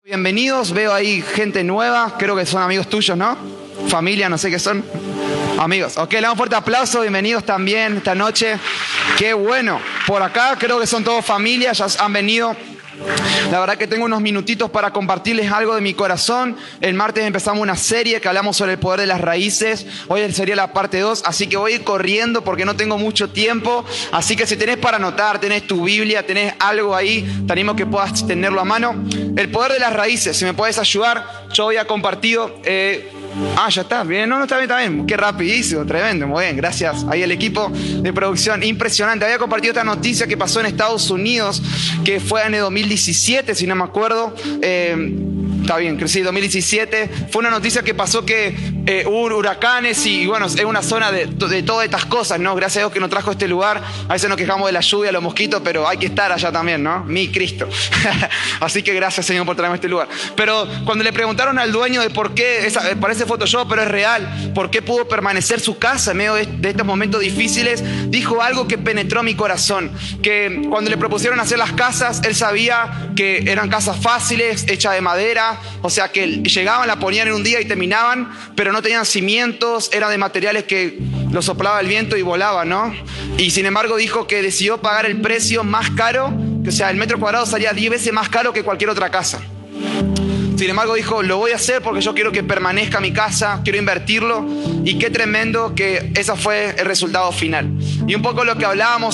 Bienvenidos, veo ahí gente nueva, creo que son amigos tuyos, ¿no? Familia, no sé qué son. Amigos, ok, le damos un fuerte aplauso, bienvenidos también esta noche. Qué bueno, por acá creo que son todos familias, ya han venido. La verdad que tengo unos minutitos para compartirles algo de mi corazón. El martes empezamos una serie que hablamos sobre el poder de las raíces. Hoy sería la parte 2, así que voy a ir corriendo porque no tengo mucho tiempo. Así que si tenés para anotar, tenés tu Biblia, tenés algo ahí, te animo que puedas tenerlo a mano. El poder de las raíces, si me puedes ayudar, yo había compartido... ya está, bien, no, está bien, qué rapidísimo, tremendo, muy bien, gracias. Ahí el equipo de producción, impresionante. Había compartido esta noticia que pasó en Estados Unidos, que fue en el 2017, si no me acuerdo. Está bien, sí, 2017. Fue una noticia que pasó que hubo huracanes y bueno, es una zona de todas estas cosas, ¿no? Gracias a Dios que nos trajo este lugar. A veces nos quejamos de la lluvia, los mosquitos, pero hay que estar allá también, ¿no? Mi Cristo. Así que gracias, Señor, por traerme a este lugar. Pero cuando le preguntaron al dueño de por qué, parece Photoshop, pero es real, por qué pudo permanecer su casa en medio de estos momentos difíciles, dijo algo que penetró mi corazón. Que cuando le propusieron hacer las casas, él sabía que eran casas fáciles, hechas de madera. O sea que llegaban, la ponían en un día y terminaban, pero no tenían cimientos, eran de materiales que los soplaba el viento y volaban, ¿no? Y sin embargo dijo que decidió pagar el precio más caro, o sea, el metro cuadrado salía 10 veces más caro que cualquier otra casa. Sin embargo dijo, lo voy a hacer porque yo quiero que permanezca mi casa, quiero invertirlo. Y qué tremendo que ese fue el resultado final. Y un poco lo que hablábamos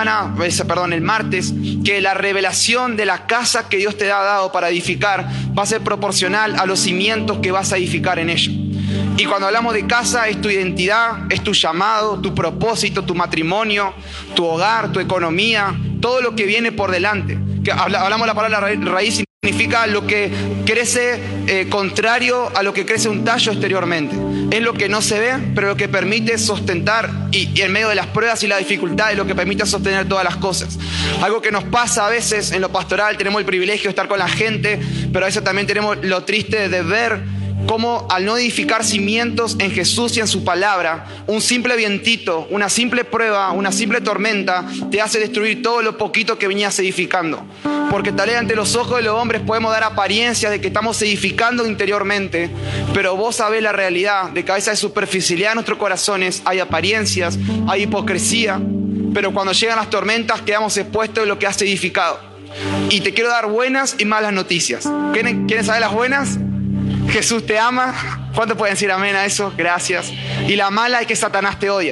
el martes, que la revelación de la casa que Dios te ha dado para edificar va a ser proporcional a los cimientos que vas a edificar en ello. Y cuando hablamos de casa, es tu identidad, es tu llamado, tu propósito, tu matrimonio, tu hogar, tu economía, todo lo que viene por delante. Que hablamos la palabra raíz, significa lo que crece contrario a lo que crece un tallo exteriormente. Es lo que no se ve, pero lo que permite sostentar y en medio de las pruebas y las dificultades, lo que permite sostener todas las cosas. Algo que nos pasa a veces en lo pastoral, tenemos el privilegio de estar con la gente, pero a veces también tenemos lo triste de ver cómo al no edificar cimientos en Jesús y en su palabra, un simple vientito, una simple prueba, una simple tormenta te hace destruir todo lo poquito que venías edificando. Porque tal vez ante los ojos de los hombres podemos dar apariencias de que estamos edificando interiormente, pero vos sabés la realidad de que a veces hay superficialidad en nuestros corazones, hay apariencias, hay hipocresía, pero cuando llegan las tormentas quedamos expuestos de lo que has edificado. Y te quiero dar buenas y malas noticias. ¿Quieren saber las buenas? Jesús te ama. ¿Cuántos pueden decir amén a eso? Gracias. Y la mala es que Satanás te odia.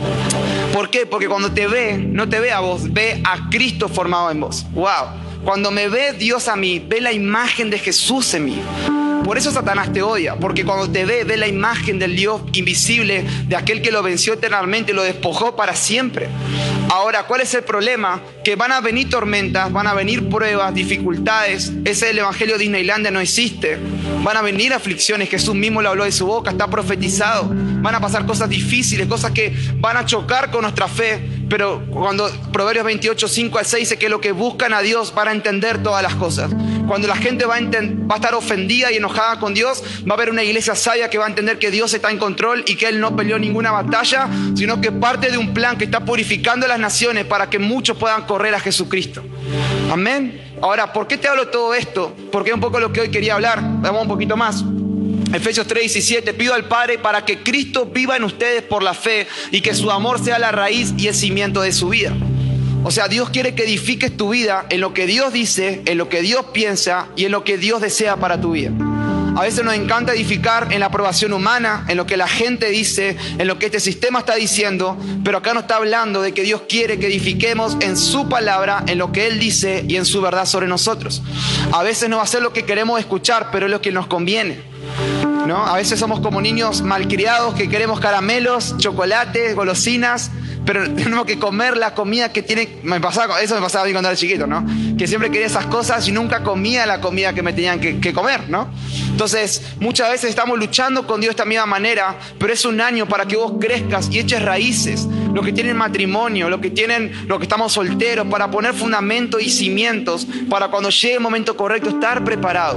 ¿Por qué? Porque cuando te ve, no te ve a vos, ve a Cristo formado en vos. ¡Wow! Cuando me ve Dios a mí, ve la imagen de Jesús en mí. Por eso Satanás te odia, porque cuando te ve la imagen del Dios invisible, de aquel que lo venció eternamente y lo despojó para siempre. Ahora, ¿cuál es el problema? Que van a venir tormentas, van a venir pruebas, dificultades. Ese del Evangelio de Disneylandia no existe. Van a venir aflicciones, Jesús mismo lo habló de su boca, está profetizado. Van a pasar cosas difíciles, cosas que van a chocar con nuestra fe. Pero cuando Proverbios 28, 5 al 6 dice que lo que buscan a Dios van a entender todas las cosas. Cuando la gente va a estar ofendida y enojada con Dios, va a haber una iglesia sabia que va a entender que Dios está en control y que Él no peleó ninguna batalla, sino que parte de un plan que está purificando las naciones para que muchos puedan correr a Jesucristo. Amén. Ahora, ¿por qué te hablo todo esto? Porque es un poco lo que hoy quería hablar. Vamos un poquito más. Efesios 3:17, pido al Padre para que Cristo viva en ustedes por la fe y que su amor sea la raíz y el cimiento de su vida. O sea, Dios quiere que edifiques tu vida en lo que Dios dice, en lo que Dios piensa y en lo que Dios desea para tu vida. A veces nos encanta edificar en la aprobación humana, en lo que la gente dice, en lo que este sistema está diciendo, pero acá nos está hablando de que Dios quiere que edifiquemos en su palabra, en lo que Él dice y en su verdad sobre nosotros. A veces no va a ser lo que queremos escuchar, pero es lo que nos conviene, ¿no? A veces somos como niños malcriados que queremos caramelos, chocolates, golosinas, pero tenemos que comer la comida que tiene. Eso me pasaba a mí cuando era chiquito, ¿no? Que siempre quería esas cosas y nunca comía la comida que me tenían que comer, ¿no? Entonces, muchas veces estamos luchando con Dios de esta misma manera, pero es un año para que vos crezcas y eches raíces. Los que tienen matrimonio, los que estamos solteros, para poner fundamentos y cimientos, para cuando llegue el momento correcto estar preparados.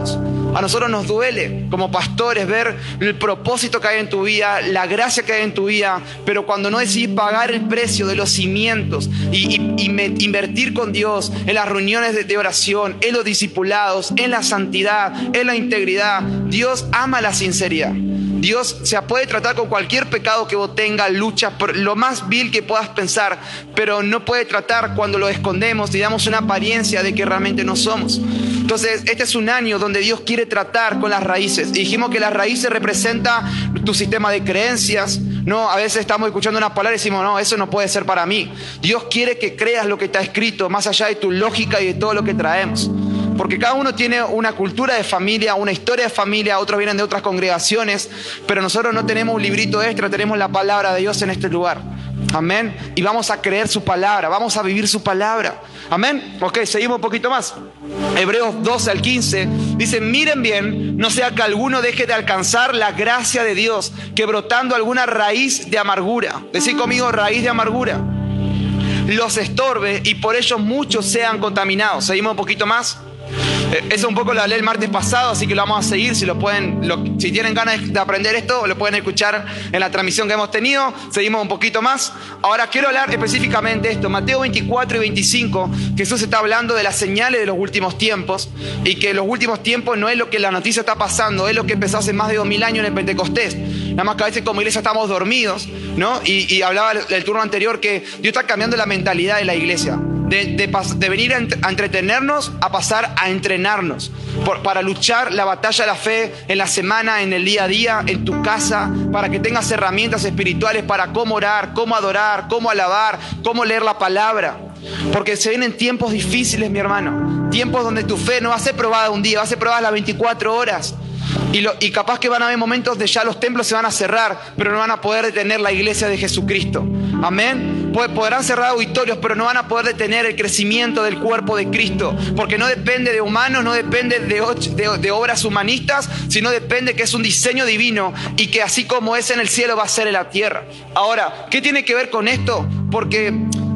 A nosotros nos duele como pastores ver el propósito que hay en tu vida, la gracia que hay en tu vida, pero cuando no decidís pagar el precio de los cimientos y invertir con Dios en las reuniones de oración, en los discipulados, en la santidad, en la integridad, Dios ama la sinceridad. Dios se puede tratar con cualquier pecado que vos tengas, luchas por lo más vil que puedas pensar, pero no puede tratar cuando lo escondemos y damos una apariencia de que realmente no somos. Entonces, este es un año donde Dios quiere tratar con las raíces. Y dijimos que las raíces representan tu sistema de creencias, ¿no? A veces estamos escuchando una palabra y decimos, no, eso no puede ser para mí. Dios quiere que creas lo que está escrito, más allá de tu lógica y de todo lo que traemos. Porque cada uno tiene una cultura de familia, una historia de familia, otros vienen de otras congregaciones, pero nosotros no tenemos un librito extra, tenemos la palabra de Dios en este lugar. Amén. Y vamos a creer su palabra, vamos a vivir su palabra. Amén. Ok, seguimos un poquito más. Hebreos 12 al 15 dice, miren bien, no sea que alguno deje de alcanzar la gracia de Dios, que brotando alguna raíz de amargura, decid conmigo, raíz de amargura, los estorbe y por ello muchos sean contaminados. Seguimos un poquito más. Eso un poco lo hablé el martes pasado, así que lo vamos a seguir. Si tienen ganas de aprender esto, lo pueden escuchar en la transmisión que hemos tenido. Seguimos un poquito más. Ahora quiero hablar específicamente de esto. Mateo 24 y 25, Jesús está hablando de las señales de los últimos tiempos, y que los últimos tiempos no es lo que la noticia está pasando, es lo que empezó hace más de 2000 años en el Pentecostés. Nada más que a veces como iglesia estamos dormidos, ¿no? Y hablaba el turno anterior que Dios está cambiando la mentalidad de la iglesia. De venir a entretenernos a pasar a entrenarnos para luchar la batalla de la fe en la semana, en el día a día, en tu casa, para que tengas herramientas espirituales para cómo orar, cómo adorar, cómo alabar, cómo leer la palabra. Porque se vienen tiempos difíciles, mi hermano, tiempos donde tu fe no va a ser probada un día, va a ser probada las 24 horas. Y capaz que van a haber momentos de ya los templos se van a cerrar, pero no van a poder detener la iglesia de Jesucristo. Amén. Podrán cerrar auditorios, pero no van a poder detener el crecimiento del cuerpo de Cristo, porque no depende de humanos, no depende de obras humanistas, sino depende que es un diseño divino y que así como es en el cielo va a ser en la tierra. Ahora, ¿qué tiene que ver con esto? Porque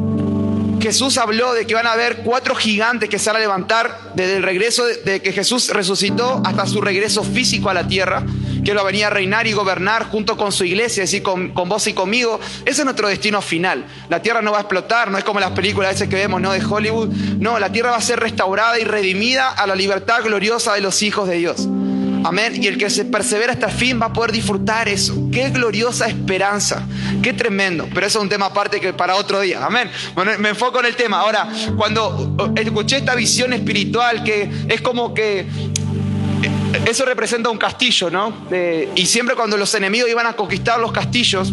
Jesús habló de que van a haber 4 gigantes que se van a levantar desde el regreso de que Jesús resucitó hasta su regreso físico a la tierra, que Él va a venir a reinar y gobernar junto con su iglesia, es decir, con vos y conmigo. Ese es nuestro destino final. La tierra no va a explotar, no es como las películas a veces que vemos, ¿no?, de Hollywood. No, la tierra va a ser restaurada y redimida a la libertad gloriosa de los hijos de Dios. Amén. Y el que se persevera hasta el fin va a poder disfrutar eso. Qué gloriosa esperanza. Qué tremendo. Pero eso es un tema aparte que para otro día. Amén. Bueno, me enfoco en el tema. Ahora, cuando escuché esta visión espiritual, que es como que eso representa un castillo, ¿no? Y siempre cuando los enemigos iban a conquistar los castillos,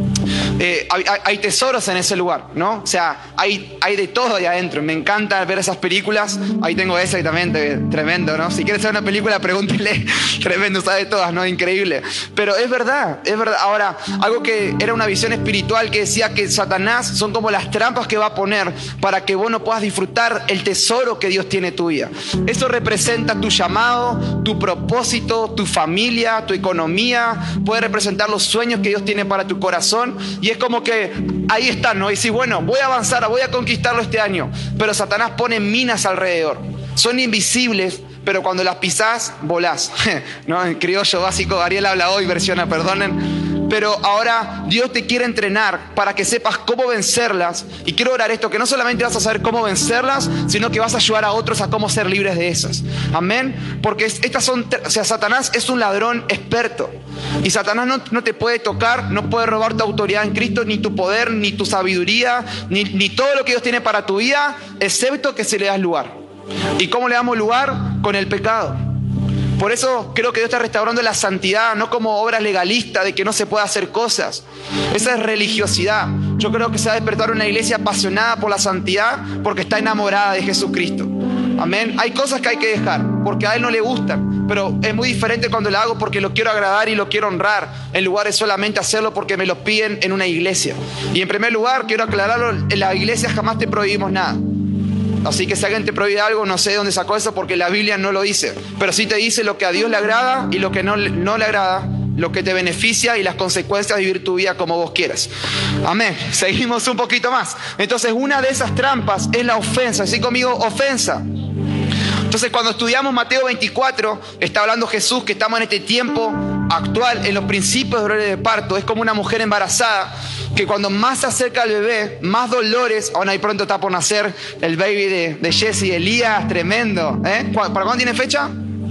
hay tesoros en ese lugar, ¿no? O sea, hay de todo ahí adentro. Me encanta ver esas películas. Ahí tengo esa y también, tremendo, ¿no? Si quieres ver una película, pregúntele. Tremendo, sabe todas, ¿no? Increíble. Pero es verdad, es verdad. Ahora, algo que era una visión espiritual que decía que Satanás son como las trampas que va a poner para que vos no puedas disfrutar el tesoro que Dios tiene en tu vida. Eso representa tu llamado, tu propósito, tu familia, tu economía. Puede representar los sueños que Dios tiene para tu corazón. Y es como que ahí está, ¿no? Y si, bueno, voy a avanzar, voy a conquistarlo este año. Pero Satanás pone minas alrededor. Son invisibles, pero cuando las pisás, volás. ¿No? En criollo básico, Ariel habla hoy, versiona, perdonen. Pero ahora Dios te quiere entrenar para que sepas cómo vencerlas. Y quiero orar esto, que no solamente vas a saber cómo vencerlas, sino que vas a ayudar a otros a cómo ser libres de esas. Amén. Porque Satanás es un ladrón experto. Y Satanás no te puede tocar, no puede robar tu autoridad en Cristo, ni tu poder, ni tu sabiduría, ni todo lo que Dios tiene para tu vida, excepto que se le das lugar. ¿Y cómo le damos lugar? Con el pecado. Por eso creo que Dios está restaurando la santidad, no como obras legalistas de que no se puede hacer cosas. Esa es religiosidad. Yo creo que se va a despertar una iglesia apasionada por la santidad porque está enamorada de Jesucristo. Amén. Hay cosas que hay que dejar porque a Él no le gustan, pero es muy diferente cuando lo hago porque lo quiero agradar y lo quiero honrar, en lugar de solamente hacerlo porque me lo piden en una iglesia. Y en primer lugar, quiero aclararlo, en la iglesia jamás te prohibimos nada. Así que si alguien te prohíbe algo, no sé de dónde sacó eso, porque la Biblia no lo dice. Pero sí te dice lo que a Dios le agrada y lo que no le agrada, lo que te beneficia y las consecuencias de vivir tu vida como vos quieras. Amén. Seguimos un poquito más. Entonces, una de esas trampas es la ofensa. Así conmigo, ofensa. Entonces cuando estudiamos Mateo 24, está hablando Jesús que estamos en este tiempo actual, en los principios de dolores de parto. Es como una mujer embarazada que cuando más se acerca al bebé, más dolores. Aún ahí pronto está por nacer el baby de Jesse, Elías, tremendo. ¿Para cuándo tiene fecha?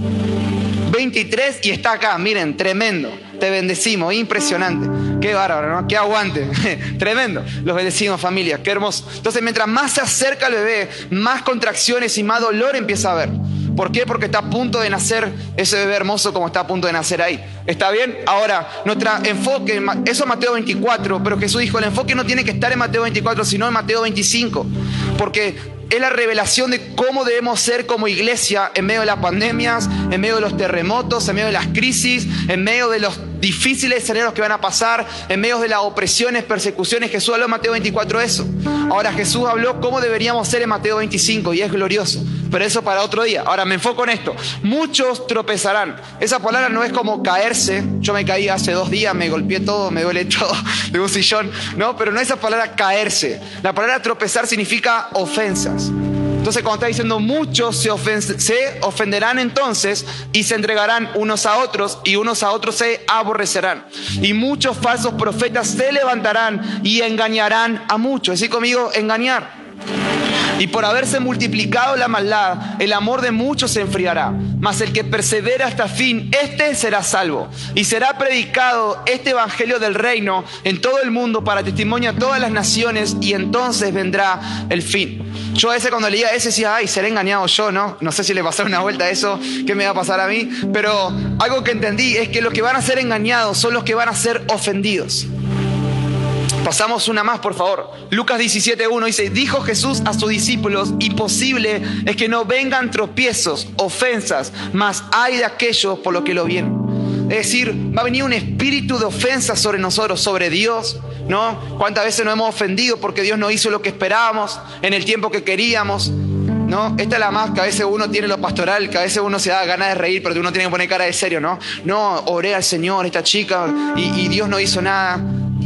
23 y está acá, miren, tremendo. Te bendecimos, impresionante. Qué bárbaro, ¿no? Qué aguante. Tremendo. Los bendecimos, familia, qué hermoso. Entonces, mientras más se acerca al bebé, más contracciones y más dolor empieza a haber. ¿Por qué? Porque está a punto de nacer ese bebé hermoso como está a punto de nacer ahí. ¿Está bien? Ahora, nuestro enfoque, eso es Mateo 24, pero Jesús dijo, el enfoque no tiene que estar en Mateo 24, sino en Mateo 25. Porque es la revelación de cómo debemos ser como iglesia en medio de las pandemias, en medio de los terremotos, en medio de las crisis, en medio de los difíciles escenarios que van a pasar, en medio de las opresiones, persecuciones. Jesús habló en Mateo 24 eso. Ahora Jesús habló cómo deberíamos ser en Mateo 25 y es glorioso. Pero eso para otro día. Ahora me enfoco en esto. Muchos tropezarán. Esa palabra no es como caerse. Yo me caí hace 2 días, me golpeé todo, me duele todo de un sillón. No, pero no es esa palabra caerse. La palabra tropezar significa ofensas. Entonces cuando está diciendo muchos se ofenderán entonces y se entregarán unos a otros y unos a otros se aborrecerán. Y muchos falsos profetas se levantarán y engañarán a muchos. Así conmigo, engañar. Y por haberse multiplicado la maldad, el amor de muchos se enfriará. Mas el que persevera hasta fin, este será salvo. Y será predicado este evangelio del reino en todo el mundo para testimonio a todas las naciones, y entonces vendrá el fin. Yo a veces cuando leía ese decía, ay, seré engañado yo, ¿no? No sé si le pasó una vuelta a eso, ¿qué me va a pasar a mí? Pero algo que entendí es que los que van a ser engañados son los que van a ser ofendidos. Pasamos una más, por favor. Lucas 17:1 dice, dijo Jesús a sus discípulos, imposible es que no vengan tropiezos, ofensas, mas hay de aquellos por lo que lo vienen. Es decir, va a venir un espíritu de ofensa sobre nosotros, sobre Dios, ¿no? ¿Cuántas veces nos hemos ofendido porque Dios no hizo lo que esperábamos en el tiempo que queríamos? ¿No? Esta es la más que a veces uno tiene lo pastoral, que a veces uno se da ganas de reír, pero uno tiene que poner cara de serio, ¿no? No, oré al Señor, esta chica, y Dios no hizo nada.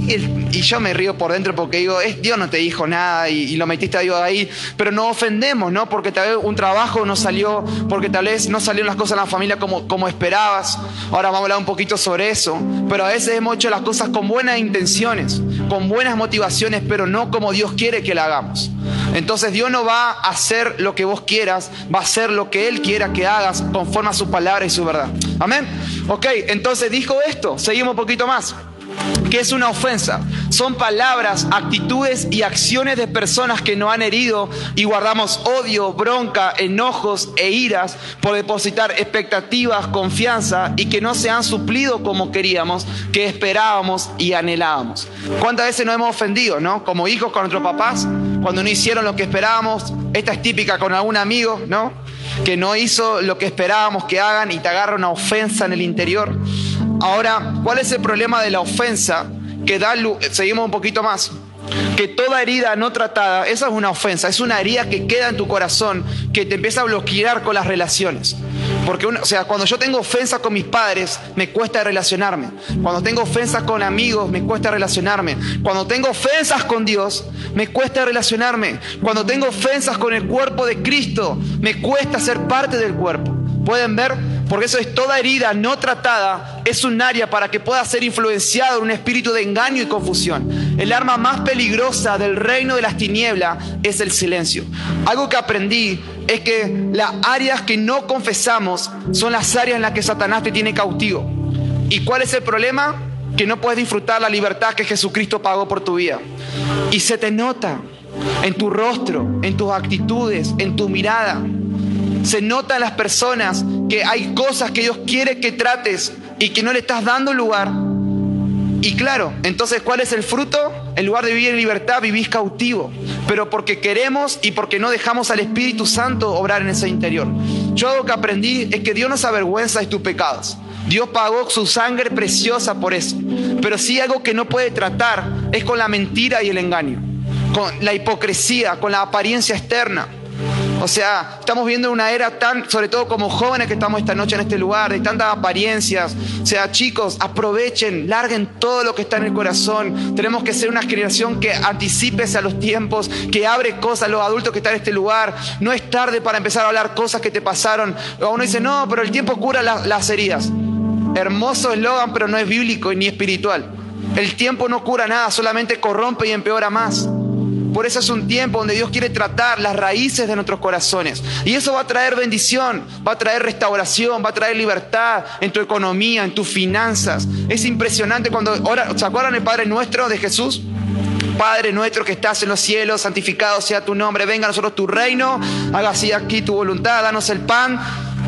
Y yo me río por dentro porque digo, Dios no te dijo nada y lo metiste a Dios ahí, pero no ofendemos, ¿no? Porque tal vez un trabajo no salió, porque tal vez no salieron las cosas en la familia como esperabas. Ahora vamos a hablar un poquito sobre eso, pero a veces hemos hecho las cosas con buenas intenciones, con buenas motivaciones, pero no como Dios quiere que la hagamos. Entonces Dios no va a hacer lo que vos quieras, va a hacer lo que Él quiera que hagas conforme a su palabra y su verdad. Amén. Ok, entonces dijo esto, seguimos un poquito más. ¿Qué es una ofensa? Son palabras, actitudes y acciones de personas que nos han herido y guardamos odio, bronca, enojos e iras por depositar expectativas, confianza y que no se han suplido como queríamos, que esperábamos y anhelábamos. ¿Cuántas veces nos hemos ofendido, no? Como hijos con nuestros papás, cuando no hicieron lo que esperábamos. Esta es típica con algún amigo, ¿no? Que no hizo lo que esperábamos que hagan y te agarra una ofensa en el interior. Ahora, ¿cuál es el problema de la ofensa? Que seguimos un poquito más. Que toda herida no tratada, esa es una ofensa, es una herida que queda en tu corazón, que te empieza a bloquear con las relaciones. Porque cuando yo tengo ofensas con mis padres, me cuesta relacionarme. Cuando tengo ofensas con amigos, me cuesta relacionarme. Cuando tengo ofensas con Dios, me cuesta relacionarme. Cuando tengo ofensas con el cuerpo de Cristo, me cuesta ser parte del cuerpo. ¿Pueden ver? Porque eso es toda herida no tratada, es un área para que pueda ser influenciado en un espíritu de engaño y confusión. El arma más peligrosa del reino de las tinieblas es el silencio. Algo que aprendí es que las áreas que no confesamos son las áreas en las que Satanás te tiene cautivo. ¿Y cuál es el problema? Que no puedes disfrutar la libertad que Jesucristo pagó por tu vida. Y se te nota en tu rostro, en tus actitudes, en tu mirada. Se nota en las personas que hay cosas que Dios quiere que trates y que no le estás dando lugar. Y claro, entonces, ¿cuál es el fruto? En lugar de vivir en libertad, vivís cautivo. Pero porque queremos y porque no dejamos al Espíritu Santo obrar en ese interior. Yo algo que aprendí es que Dios no se avergüenza de tus pecados. Dios pagó su sangre preciosa por eso. Pero sí algo que no puede tratar es con la mentira y el engaño. Con la hipocresía, con la apariencia externa. O sea, estamos viendo una era sobre todo como jóvenes que estamos esta noche en este lugar, de tantas apariencias. O sea, chicos, aprovechen, larguen todo lo que está en el corazón. Tenemos que ser una generación que anticipes a los tiempos, que abre cosas, los adultos que están en este lugar. No es tarde para empezar a hablar cosas que te pasaron. O uno dice, no, pero el tiempo cura las heridas. Hermoso eslogan, pero no es bíblico ni espiritual. El tiempo no cura nada, solamente corrompe y empeora más. Por eso es un tiempo donde Dios quiere tratar las raíces de nuestros corazones. Y eso va a traer bendición, va a traer restauración, va a traer libertad en tu economía, en tus finanzas. Es impresionante cuando ¿se acuerdan el Padre Nuestro de Jesús? Padre nuestro que estás en los cielos, santificado sea tu nombre. Venga a nosotros tu reino, haga así aquí tu voluntad, danos el pan.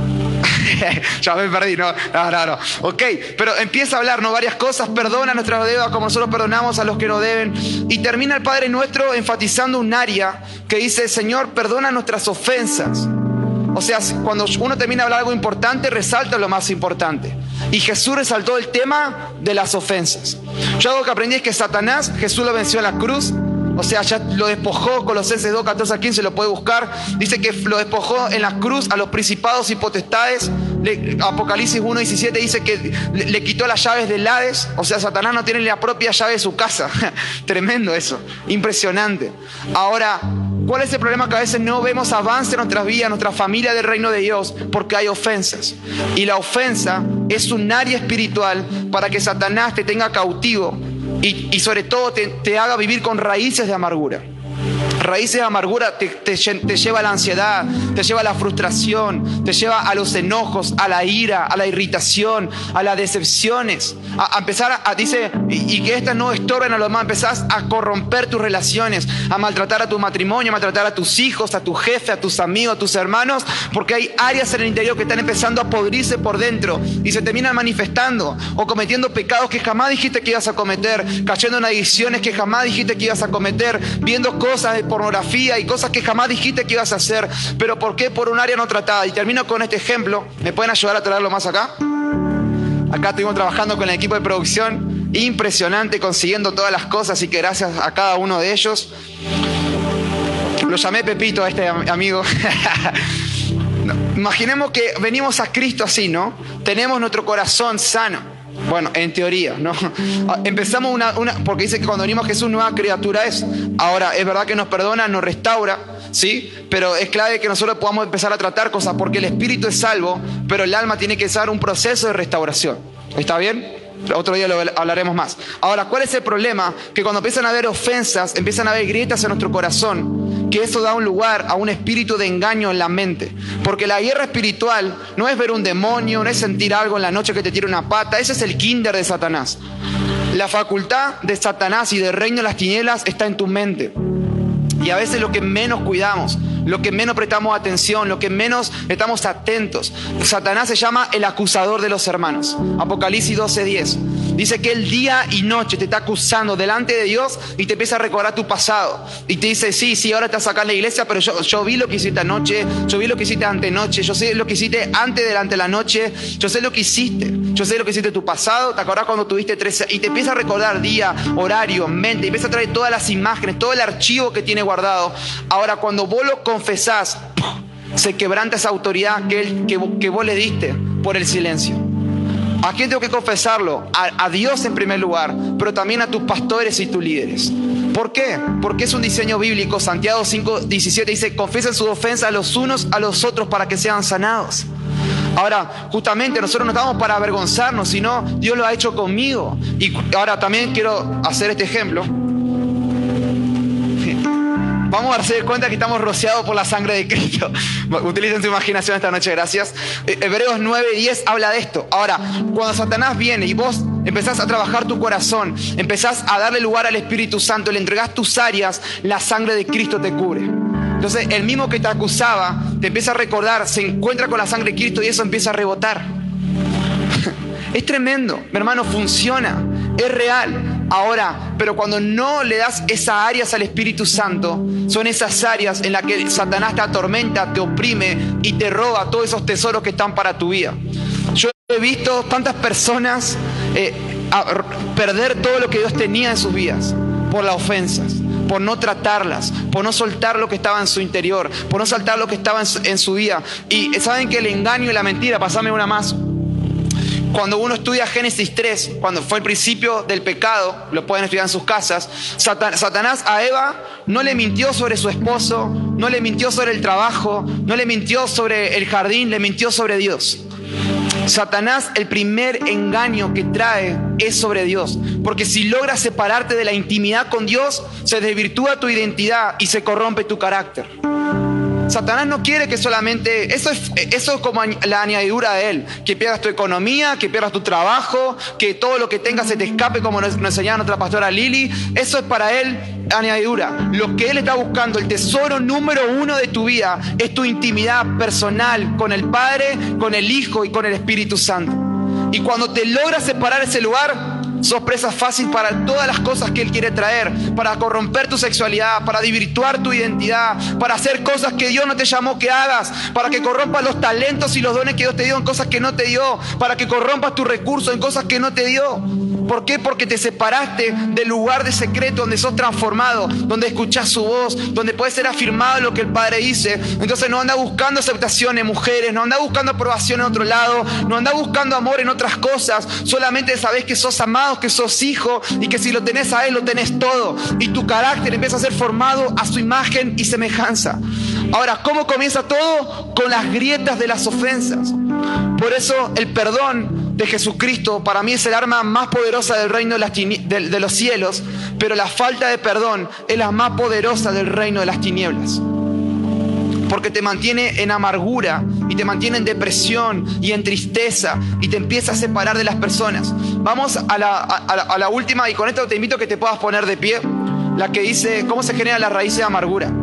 Ya me perdí, no. Ok, pero empieza a hablarnos varias cosas. Perdona nuestras deudas como nosotros perdonamos a los que nos deben. Y termina el Padre Nuestro enfatizando un área que dice, Señor, perdona nuestras ofensas. O sea, cuando uno termina de hablar algo importante, resalta lo más importante. Y Jesús resaltó el tema de las ofensas. Yo algo que aprendí es que Satanás, Jesús lo venció en la cruz. O sea, ya lo despojó, Colosenses 2, 14 a 15, lo puede buscar. Dice que lo despojó en la cruz a los principados y potestades. Apocalipsis 1, 17 dice que le quitó las llaves del Hades. O sea, Satanás no tiene la propia llave de su casa. Tremendo eso, impresionante. Ahora, ¿cuál es el problema? Que a veces no vemos avance en nuestras vidas, en nuestra familia del reino de Dios, porque hay ofensas. Y la ofensa es un área espiritual para que Satanás te tenga cautivo. Y sobre todo te haga vivir con raíces de amargura. Raíces de amargura te lleva a la ansiedad, te lleva a la frustración, te lleva a los enojos, a la ira, a la irritación, a las decepciones. A empezar dice, y que estas no estorben a los demás, empezás a corromper tus relaciones, a maltratar a tu matrimonio, a maltratar a tus hijos, a tu jefe, a tus amigos, a tus hermanos, porque hay áreas en el interior que están empezando a podrirse por dentro y se terminan manifestando o cometiendo pecados que jamás dijiste que ibas a cometer, cayendo en adicciones que jamás dijiste que ibas a cometer, viendo cosas de pornografía y cosas que jamás dijiste que ibas a hacer. ¿Pero por qué? Por un área no tratada. Y termino con este ejemplo. ¿Me pueden ayudar a traerlo más acá? Acá estuvimos trabajando con el equipo de producción. Impresionante, consiguiendo todas las cosas. Así que gracias a cada uno de ellos. Lo llamé Pepito a este amigo. No, imaginemos que venimos a Cristo así, ¿no? Tenemos nuestro corazón sano. Bueno, en teoría, ¿no? Empezamos porque dice que cuando venimos a Jesús, nueva criatura es. Ahora, es verdad que nos perdona, nos restaura, ¿sí? Pero es clave que nosotros podamos empezar a tratar cosas, porque el espíritu es salvo, pero el alma tiene que hacer un proceso de restauración. ¿Está bien? Otro día lo hablaremos más. Ahora, ¿cuál es el problema? Que cuando empiezan a haber ofensas, empiezan a haber grietas en nuestro corazón, que eso da un lugar a un espíritu de engaño en la mente. Porque la guerra espiritual no es ver un demonio, no es sentir algo en la noche que te tira una pata. Ese es el kinder de Satanás. La facultad de Satanás y del reino de las tinieblas está en tu mente. Y a veces lo que menos cuidamos, lo que menos prestamos atención, lo que menos estamos atentos. Satanás se llama el acusador de los hermanos. Apocalipsis 12:10. Dice que él día y noche te está acusando delante de Dios y te empieza a recordar tu pasado. Y te dice, sí, ahora estás acá en la iglesia, pero yo vi lo que hiciste anoche, yo vi lo que hiciste antenoche, yo sé lo que hiciste antes delante de la noche, yo sé lo que hiciste, yo sé lo que hiciste tu pasado, ¿te acordás cuando tuviste 13? Y te empieza a recordar día, horario, mente, y empieza a traer todas las imágenes, todo el archivo que tiene guardado. Ahora, cuando vos lo confesás, se quebranta esa autoridad que vos le diste por el silencio. ¿A quién tengo que confesarlo? A Dios en primer lugar, pero también a tus pastores y tus líderes. ¿Por qué? Porque es un diseño bíblico. Santiago 5:17 dice, confiesen sus ofensas los unos a los otros para que sean sanados. Ahora, justamente nosotros no estamos para avergonzarnos, sino Dios lo ha hecho conmigo. Y ahora también quiero hacer este ejemplo. Vamos a darse cuenta que estamos rociados por la sangre de Cristo. Utilicen su imaginación esta noche, gracias. Hebreos 9:10 habla de esto. Ahora, cuando Satanás viene y vos empezás a trabajar tu corazón, empezás a darle lugar al Espíritu Santo, le entregás tus áreas, la sangre de Cristo te cubre. Entonces, el mismo que te acusaba, te empieza a recordar, se encuentra con la sangre de Cristo y eso empieza a rebotar. Es tremendo, mi hermano, funciona, es real. Ahora, pero cuando no le das esas áreas al Espíritu Santo, son esas áreas en las que Satanás te atormenta, te oprime y te roba todos esos tesoros que están para tu vida. Yo he visto tantas personas perder todo lo que Dios tenía en sus vidas por las ofensas, por no tratarlas, por no soltar lo que estaba en su interior, por no soltar lo que estaba en su vida. Y saben que el engaño y la mentira, pasame una más. Cuando uno estudia Génesis 3, cuando fue el principio del pecado, lo pueden estudiar en sus casas, Satanás a Eva no le mintió sobre su esposo, no le mintió sobre el trabajo, no le mintió sobre el jardín, le mintió sobre Dios. Satanás, el primer engaño que trae es sobre Dios, porque si logras separarte de la intimidad con Dios, se desvirtúa tu identidad y se corrompe tu carácter. Satanás no quiere que solamente, eso es como la añadidura de él, que pierdas tu economía, que pierdas tu trabajo, que todo lo que tengas se te escape, como nos enseñaba nuestra pastora Lili. Eso es para él añadidura. Lo que él está buscando, el tesoro número 1 de tu vida, es tu intimidad personal con el Padre, con el Hijo y con el Espíritu Santo. Y cuando te logras separar ese lugar, sos presa fácil para todas las cosas que Él quiere traer, para corromper tu sexualidad, para desvirtuar tu identidad, para hacer cosas que Dios no te llamó que hagas, para que corrompas los talentos y los dones que Dios te dio en cosas que no te dio, para que corrompas tus recursos en cosas que no te dio. ¿Por qué? Porque te separaste del lugar de secreto donde sos transformado, donde escuchás su voz, donde puede ser afirmado lo que el Padre dice. Entonces no anda buscando aceptación en mujeres, no anda buscando aprobación en otro lado, no anda buscando amor en otras cosas. Solamente sabés que sos amado, que sos hijo y que si lo tenés a Él, lo tenés todo. Y tu carácter empieza a ser formado a su imagen y semejanza. Ahora, ¿cómo comienza todo? Con las grietas de las ofensas. Por eso el perdón de Jesucristo para mí es el arma más poderosa del reino de los cielos, pero la falta de perdón es la más poderosa del reino de las tinieblas. Porque te mantiene en amargura y te mantiene en depresión y en tristeza y te empieza a separar de las personas. Vamos a la última, y con esto te invito a que te puedas poner de pie, la que dice cómo se generan las raíces de amargura.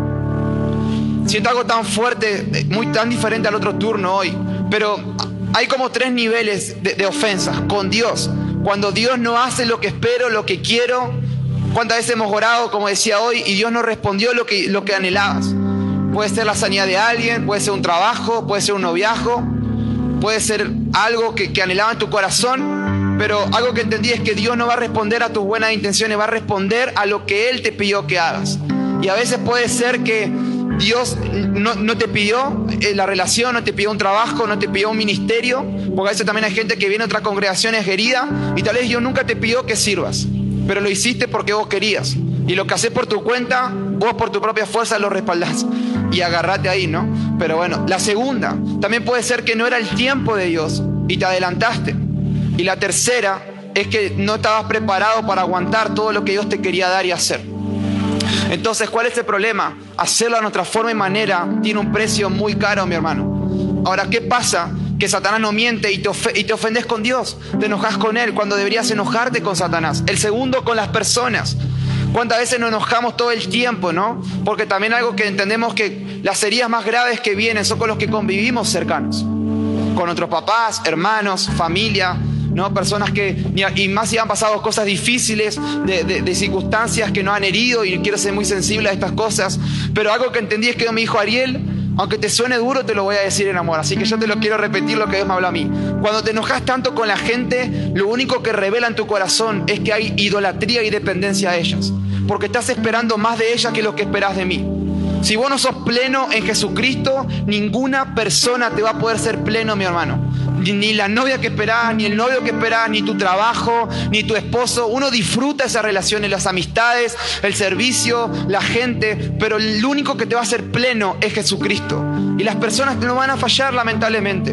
Siento algo tan fuerte, tan diferente al otro turno hoy, pero hay como 3 niveles de ofensas con Dios. Cuando Dios no hace lo que espero, lo que quiero. ¿Cuántas veces hemos orado, como decía hoy, y Dios no respondió lo que anhelabas? Puede ser la sanidad de alguien, puede ser un trabajo, puede ser un noviazgo, puede ser algo que anhelaba en tu corazón, pero algo que entendí es que Dios no va a responder a tus buenas intenciones, va a responder a lo que Él te pidió que hagas. Y a veces puede ser que Dios no te pidió la relación, no te pidió un trabajo, no te pidió un ministerio, porque a veces también hay gente que viene a otras congregaciones herida y tal vez Dios nunca te pidió que sirvas, pero lo hiciste porque vos querías. Y lo que haces por tu cuenta, vos por tu propia fuerza lo respaldás. Y agarrate ahí, ¿no? Pero bueno, la segunda, también puede ser que no era el tiempo de Dios y te adelantaste. Y la tercera es que no estabas preparado para aguantar todo lo que Dios te quería dar y hacer. Entonces, ¿cuál es el problema? Hacerlo a nuestra forma y manera tiene un precio muy caro, mi hermano. Ahora, ¿qué pasa? Que Satanás no miente y te ofendes con Dios. Te enojas con Él cuando deberías enojarte con Satanás. El segundo, con las personas. ¿Cuántas veces nos enojamos todo el tiempo, no? Porque también algo que entendemos que las heridas más graves que vienen son con los que convivimos cercanos. Con nuestros papás, hermanos, familia, ¿no? Personas que, y más si han pasado cosas difíciles, de circunstancias que nos han herido, y quiero ser muy sensible a estas cosas. Pero algo que entendí es que Dios me dijo: Ariel, aunque te suene duro, te lo voy a decir en amor. Así que yo te lo quiero repetir, lo que Dios me habló a mí. Cuando te enojas tanto con la gente, lo único que revela en tu corazón es que hay idolatría y dependencia a ellas. Porque estás esperando más de ellas que lo que esperás de mí. Si vos no sos pleno en Jesucristo, ninguna persona te va a poder ser pleno, mi hermano. Ni la novia que esperás, ni el novio que esperás, ni tu trabajo, ni tu esposo. Uno disfruta esas relaciones, las amistades, el servicio, la gente, pero el único que te va a hacer pleno es Jesucristo. Y las personas no van a fallar, lamentablemente.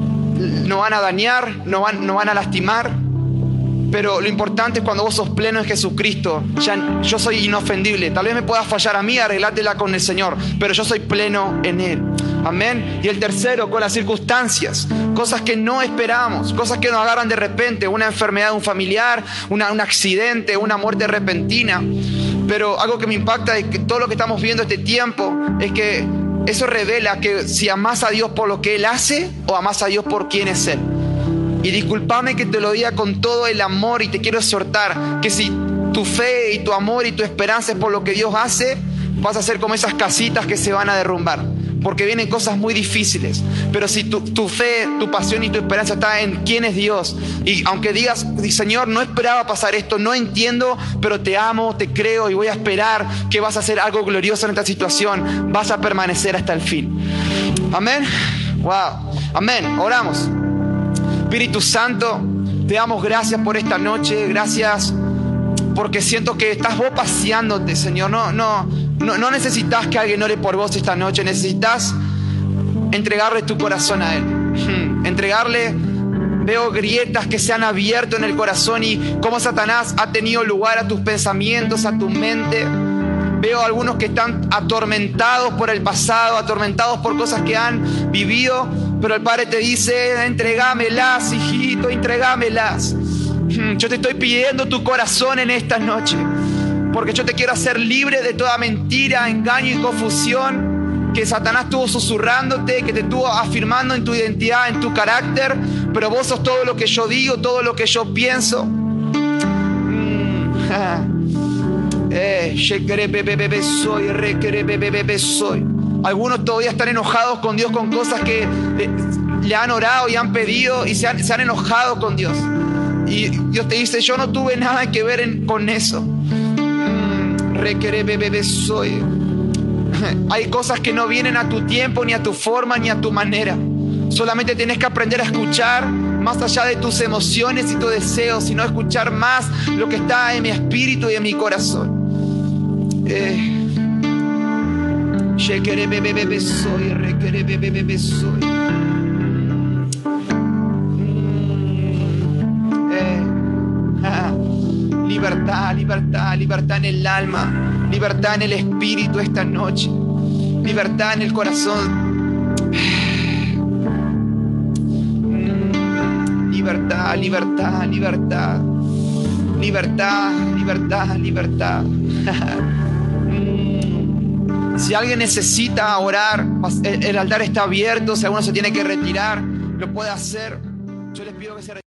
No van a dañar, no van a lastimar. Pero lo importante es cuando vos sos pleno en Jesucristo. Yo soy inofendible. Tal vez me puedas fallar a mí, arreglátela con el Señor, pero yo soy pleno en Él. Amén. Y el tercero, con las circunstancias. Cosas que no esperamos, cosas que nos agarran de repente. Una enfermedad de un familiar, un accidente, una muerte repentina. Pero algo que me impacta es que todo lo que estamos viendo este tiempo es que eso revela que si amás a Dios por lo que Él hace o amás a Dios por quién es Él. Y discúlpame que te lo diga con todo el amor, y te quiero exhortar que si tu fe y tu amor y tu esperanza es por lo que Dios hace, vas a ser como esas casitas que se van a derrumbar. porque vienen cosas muy difíciles. Pero si tu fe, tu pasión y tu esperanza está en quién es Dios, y aunque digas, Señor, no esperaba pasar esto, no entiendo, pero te amo, te creo y voy a esperar que vas a hacer algo glorioso en esta situación, vas a permanecer hasta el fin. Amén. Wow. Amén. Oramos. Espíritu Santo, te damos gracias por esta noche. Gracias porque siento que estás vos paseándote, Señor. No necesitas que alguien ore por vos esta noche. Necesitas entregarle tu corazón a Él. Entregarle. Veo grietas que se han abierto en el corazón y cómo Satanás ha tenido lugar a tus pensamientos, a tu mente. Veo algunos que están atormentados por el pasado, atormentados por cosas que han vivido. Pero el Padre te dice, entrégamelas, hijito, entrégamelas. Yo te estoy pidiendo tu corazón en esta noche, porque yo te quiero hacer libre de toda mentira, engaño y confusión que Satanás estuvo susurrándote, que te estuvo afirmando en tu identidad, en tu carácter. Pero vos sos todo lo que yo digo, todo lo que yo pienso. Soy. Algunos todavía están enojados con Dios con cosas que le han orado y han pedido y se han enojado con Dios. Y Dios te dice, yo no tuve nada que ver con eso. Soy. Hay cosas que no vienen a tu tiempo, ni a tu forma, ni a tu manera. Solamente tienes que aprender a escuchar más allá de tus emociones y tus deseos, sino escuchar más lo que está en mi espíritu y en mi corazón. Libertad, libertad, libertad en el alma, libertad en el espíritu esta noche, libertad en el corazón. Libertad, libertad, libertad, libertad, libertad, libertad. Si alguien necesita orar, el altar está abierto. Si alguno se tiene que retirar, lo puede hacer. Yo les pido que se retiren.